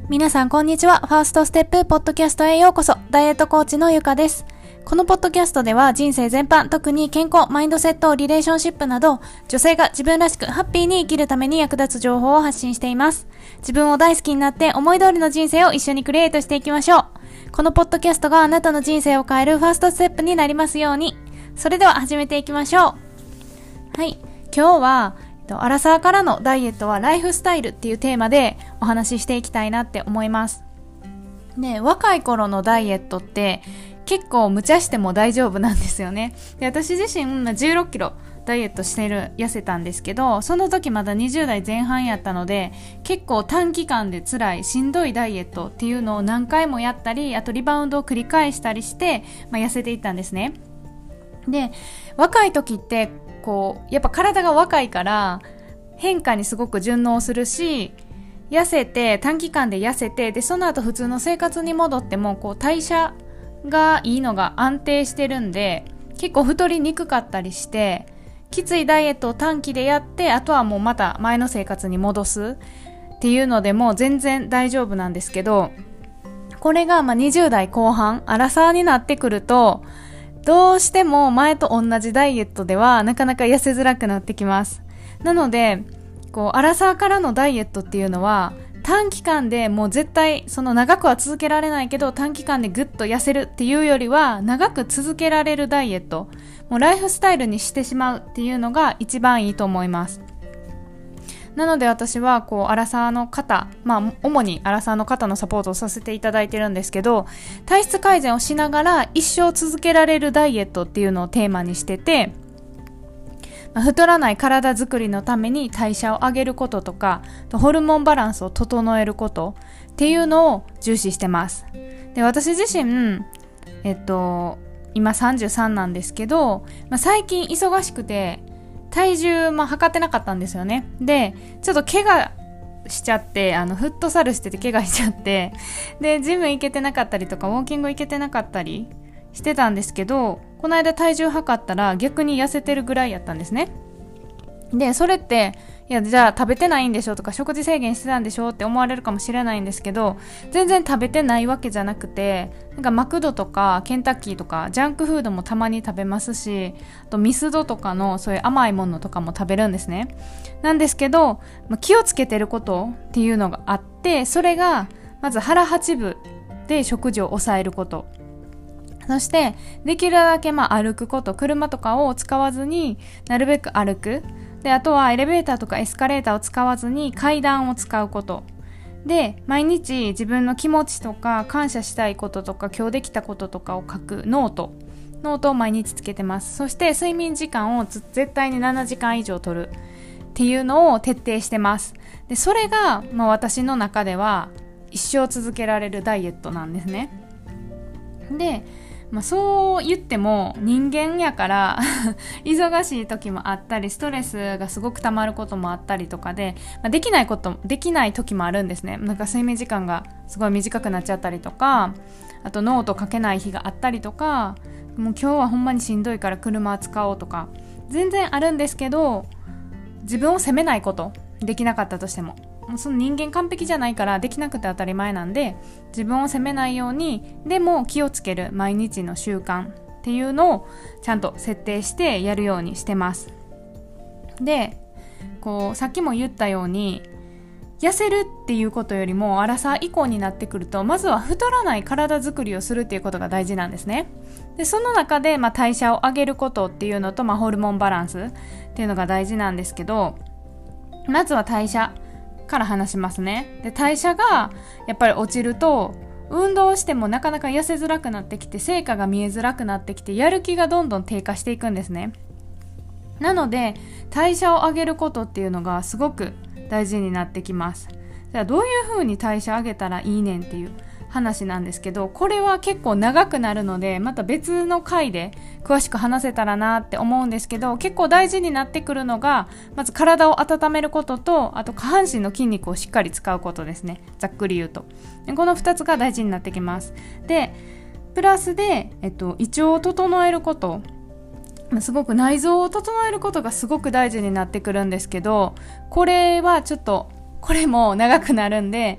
皆さんこんにちは。ファーストステップポッドキャストへようこそ。ダイエットコーチのゆかです。このポッドキャストでは人生全般、特に健康、マインドセット、リレーションシップなど、女性が自分らしくハッピーに生きるために役立つ情報を発信しています。自分を大好きになって思い通りの人生を一緒にクリエイトしていきましょう。このポッドキャストがあなたの人生を変えるファーストステップになりますように。それでは始めていきましょう。はい。今日は、アラサーからのダイエットはライフスタイルっていうテーマでお話ししていきたいなって思います。で、若い頃のダイエットって結構無茶しても大丈夫なんですよね。で、私自身16キロダイエットして痩せたんですけど、その時まだ20代前半やったので、結構短期間で辛いしんどいダイエットっていうのを何回もやったり、あとリバウンドを繰り返したりして、痩せていったんですね。で、若い時ってやっぱ体が若いから変化にすごく順応するし、短期間で痩せて、でその後普通の生活に戻っても代謝がいいのが安定してるんで、結構太りにくかったりして、きついダイエットを短期でやって、あとはもうまた前の生活に戻すっていうのでも全然大丈夫なんですけど、これが20代後半アラサーになってくると、どうしても前と同じダイエットではなかなか痩せづらくなってきます。なので、アラサーからのダイエットっていうのは短期間でもう絶対長くは続けられないけど、短期間でぐっと痩せるっていうよりは長く続けられるダイエット、もうライフスタイルにしてしまうっていうのが一番いいと思います。なので私はアラサーの方、主にアラサーの方のサポートをさせていただいてるんですけど、体質改善をしながら一生続けられるダイエットっていうのをテーマにしてて、太らない体づくりのために代謝を上げることとか、ホルモンバランスを整えることっていうのを重視してます。で、私自身、今33なんですけど、最近忙しくて体重測ってなかったんですよね。で、ちょっと怪我しちゃって、フットサルしてて怪我しちゃって、で、ジム行けてなかったりとか、ウォーキング行けてなかったりしてたんですけど、この間体重測ったら逆に痩せてるぐらいやったんですね。で、それって、じゃあ食べてないんでしょとか、食事制限してたんでしょって思われるかもしれないんですけど、全然食べてないわけじゃなくて、マクドとかケンタッキーとかジャンクフードもたまに食べますし、あとミスドとかのそういう甘いものとかも食べるんですね。なんですけど、気をつけてることっていうのがあって、それがまず腹八分で食事を抑えること、そしてできるだけ歩くこと、車とかを使わずになるべく歩く。で、あとはエレベーターとかエスカレーターを使わずに階段を使うことで、毎日自分の気持ちとか感謝したいこととか今日できたこととかを書くノートを毎日つけてます。そして睡眠時間を絶対に7時間以上取るっていうのを徹底してます。で、それが、私の中では一生続けられるダイエットなんですね。で、そう言っても人間やから忙しい時もあったり、ストレスがすごく溜まることもあったりとかで、できない時もあるんですね。睡眠時間がすごい短くなっちゃったりとか、あとノート書けない日があったりとか、もう今日はほんまにしんどいから車使おうとか全然あるんですけど、自分を責めないこと、できなかったとしてもその人間完璧じゃないからできなくて当たり前なんで、自分を責めないように、でも気をつける毎日の習慣っていうのをちゃんと設定してやるようにしてます。で、さっきも言ったように、痩せるっていうことよりもアラサー以降になってくると、まずは太らない体作りをするっていうことが大事なんですね。で、その中で代謝を上げることっていうのと、ホルモンバランスっていうのが大事なんですけど、まずは代謝から話しますね。で、代謝がやっぱり落ちると、運動してもなかなか痩せづらくなってきて、成果が見えづらくなってきて、やる気がどんどん低下していくんですね。なので代謝を上げることっていうのがすごく大事になってきます。じゃあどういう風に代謝上げたらいいねんっていう話なんですけど、これは結構長くなるので、また別の回で詳しく話せたらなって思うんですけど、結構大事になってくるのが、まず体を温めることと、あと下半身の筋肉をしっかり使うことですね。ざっくり言うとこの2つが大事になってきます。で、プラスで、胃腸を整えること、すごく内臓を整えることがすごく大事になってくるんですけど、これはちょっとこれも長くなるんで、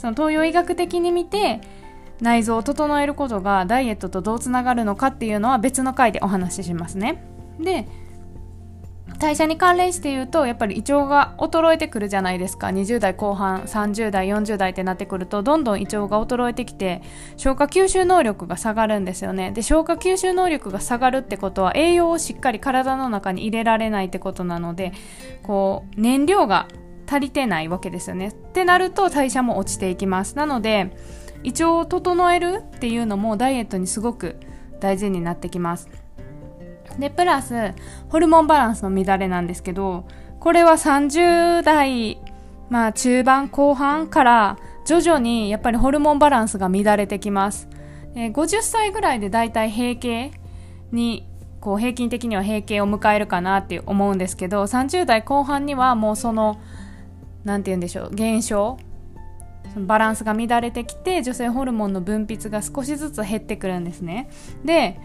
その東洋医学的に見て内臓を整えることがダイエットとどうつながるのかっていうのは別の回でお話ししますね。で、代謝に関連して言うとやっぱり胃腸が衰えてくるじゃないですか。20代後半30代40代ってなってくるとどんどん胃腸が衰えてきて消化吸収能力が下がるんですよね。で、消化吸収能力が下がるってことは栄養をしっかり体の中に入れられないってことなので、こう燃料が足りてないわけですよね。ってなると代謝も落ちていきます。なので胃腸を整えるっていうのもダイエットにすごく大事になってきます。で、プラスホルモンバランスの乱れなんですけど、これは30代、中盤後半から徐々にやっぱりホルモンバランスが乱れてきます。50歳ぐらいでだいたい閉経にこう平均的には閉経を迎えるかなって思うんですけど、30代後半にはもうそのなんて言うんでしょう、現象、そのバランスが乱れてきて女性ホルモンの分泌が少しずつ減ってくるんですね。で、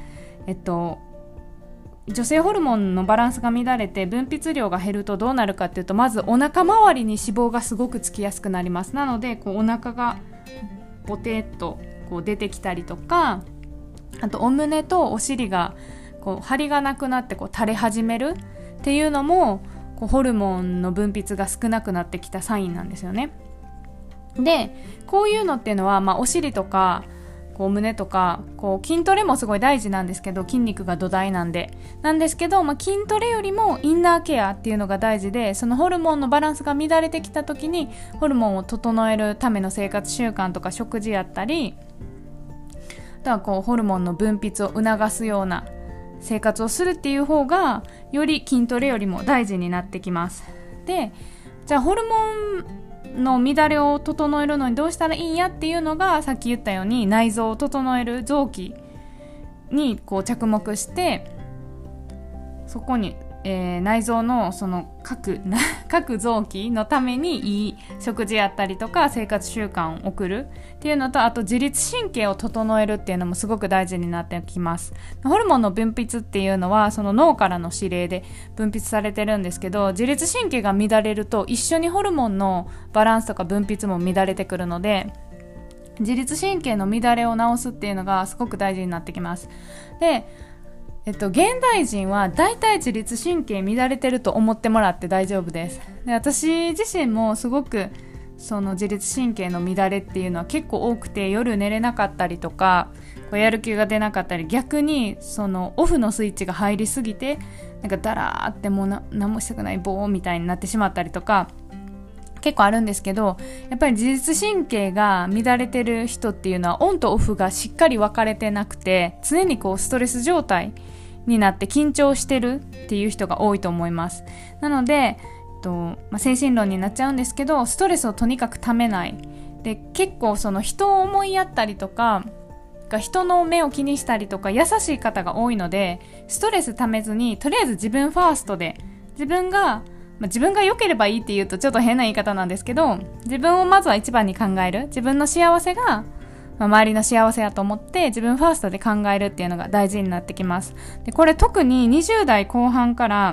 女性ホルモンのバランスが乱れて分泌量が減るとどうなるかっていうと、まずお腹周りに脂肪がすごくつきやすくなります。なのでこうお腹がボテッとこう出てきたりとか、あとお胸とお尻がこう張りがなくなってこう垂れ始めるっていうのもこうホルモンの分泌が少なくなってきたサインなんですよね。で、こういうのっていうのは、お尻とかこう胸とかこう筋トレもすごい大事なんですけど、筋肉が土台なんですけど、筋トレよりもインナーケアっていうのが大事で、そのホルモンのバランスが乱れてきた時にホルモンを整えるための生活習慣とか食事やったり、あとはこうホルモンの分泌を促すような生活をするっていう方がより筋トレよりも大事になってきます。で、じゃあホルモンの乱れを整えるのにどうしたらいいんやっていうのが、さっき言ったように内臓を整える臓器にこう着目して、そこに、内臓のその各臓器のためにいい食事やったりとか生活習慣を送るっていうのと、あと自律神経を整えるっていうのもすごく大事になってきます。ホルモンの分泌っていうのはその脳からの指令で分泌されてるんですけど、自律神経が乱れると一緒にホルモンのバランスとか分泌も乱れてくるので、自律神経の乱れを治すっていうのがすごく大事になってきます。で、現代人はだいたい自律神経乱れてると思ってもらって大丈夫です。で、私自身もすごくその自律神経の乱れっていうのは結構多くて、夜寝れなかったりとかこうやる気が出なかったり、逆にそのオフのスイッチが入りすぎてなんかダラーってもう何もしたくない棒みたいになってしまったりとか結構あるんですけど、やっぱり自律神経が乱れてる人っていうのはオンとオフがしっかり分かれてなくて、常にこうストレス状態になって緊張してるっていう人が多いと思います。なので、精神論になっちゃうんですけど、ストレスをとにかくためないで、結構その人を思いやったりとか人の目を気にしたりとか優しい方が多いので、ストレスためずにとりあえず自分ファーストで自分が良ければいいって言うとちょっと変な言い方なんですけど、自分をまずは一番に考える、自分の幸せが周りの幸せやと思って自分ファーストで考えるっていうのが大事になってきます。で、これ特に20代後半から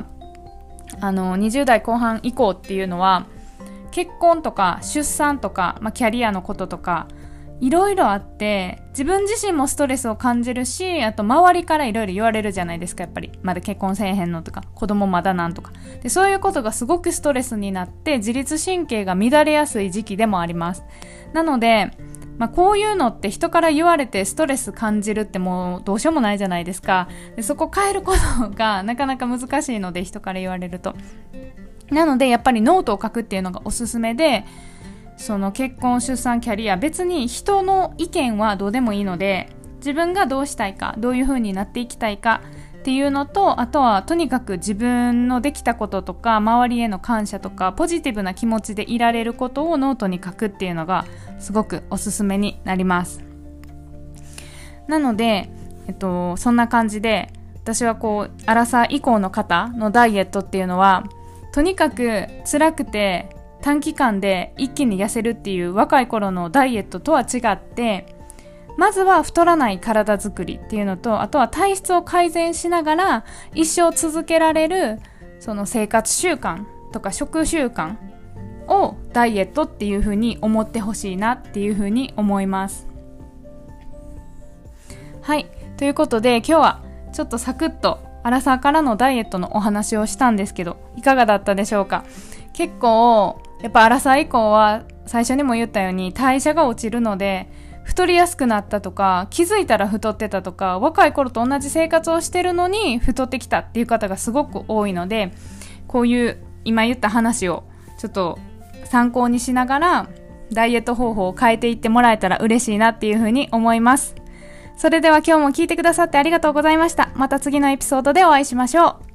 20代後半以降っていうのは結婚とか出産とか、キャリアのこととかいろいろあって、自分自身もストレスを感じるし、あと周りからいろいろ言われるじゃないですか。やっぱりまだ結婚せえへんのとか子供まだなんとかで、そういうことがすごくストレスになって自律神経が乱れやすい時期でもあります。なのでこういうのって人から言われてストレス感じるってもうどうしようもないじゃないですか。で、そこ変えることがなかなか難しいので、人から言われると。なのでやっぱりノートを書くっていうのがおすすめで、その結婚出産キャリア別に人の意見はどうでもいいので、自分がどうしたいか、どういう風になっていきたいかっていうのと、あとはとにかく自分のできたこととか周りへの感謝とかポジティブな気持ちでいられることをノートに書くっていうのがすごくおすすめになります。なので、そんな感じで私はこうアラサー以降の方のダイエットっていうのはとにかく辛くて短期間で一気に痩せるっていう若い頃のダイエットとは違って、まずは太らない体作りっていうのと、あとは体質を改善しながら一生続けられるその生活習慣とか食習慣をダイエットっていう風に思ってほしいなっていう風に思います。はい、ということで今日はちょっとサクッとアラサーからのダイエットのお話をしたんですけど、いかがだったでしょうか。結構やっぱアラサー以降は最初にも言ったように代謝が落ちるので、太りやすくなったとか、気づいたら太ってたとか、若い頃と同じ生活をしてるのに太ってきたっていう方がすごく多いので、こういう今言った話をちょっと参考にしながらダイエット方法を変えていってもらえたら嬉しいなっていうふうに思います。それでは今日も聞いてくださってありがとうございました。また次のエピソードでお会いしましょう。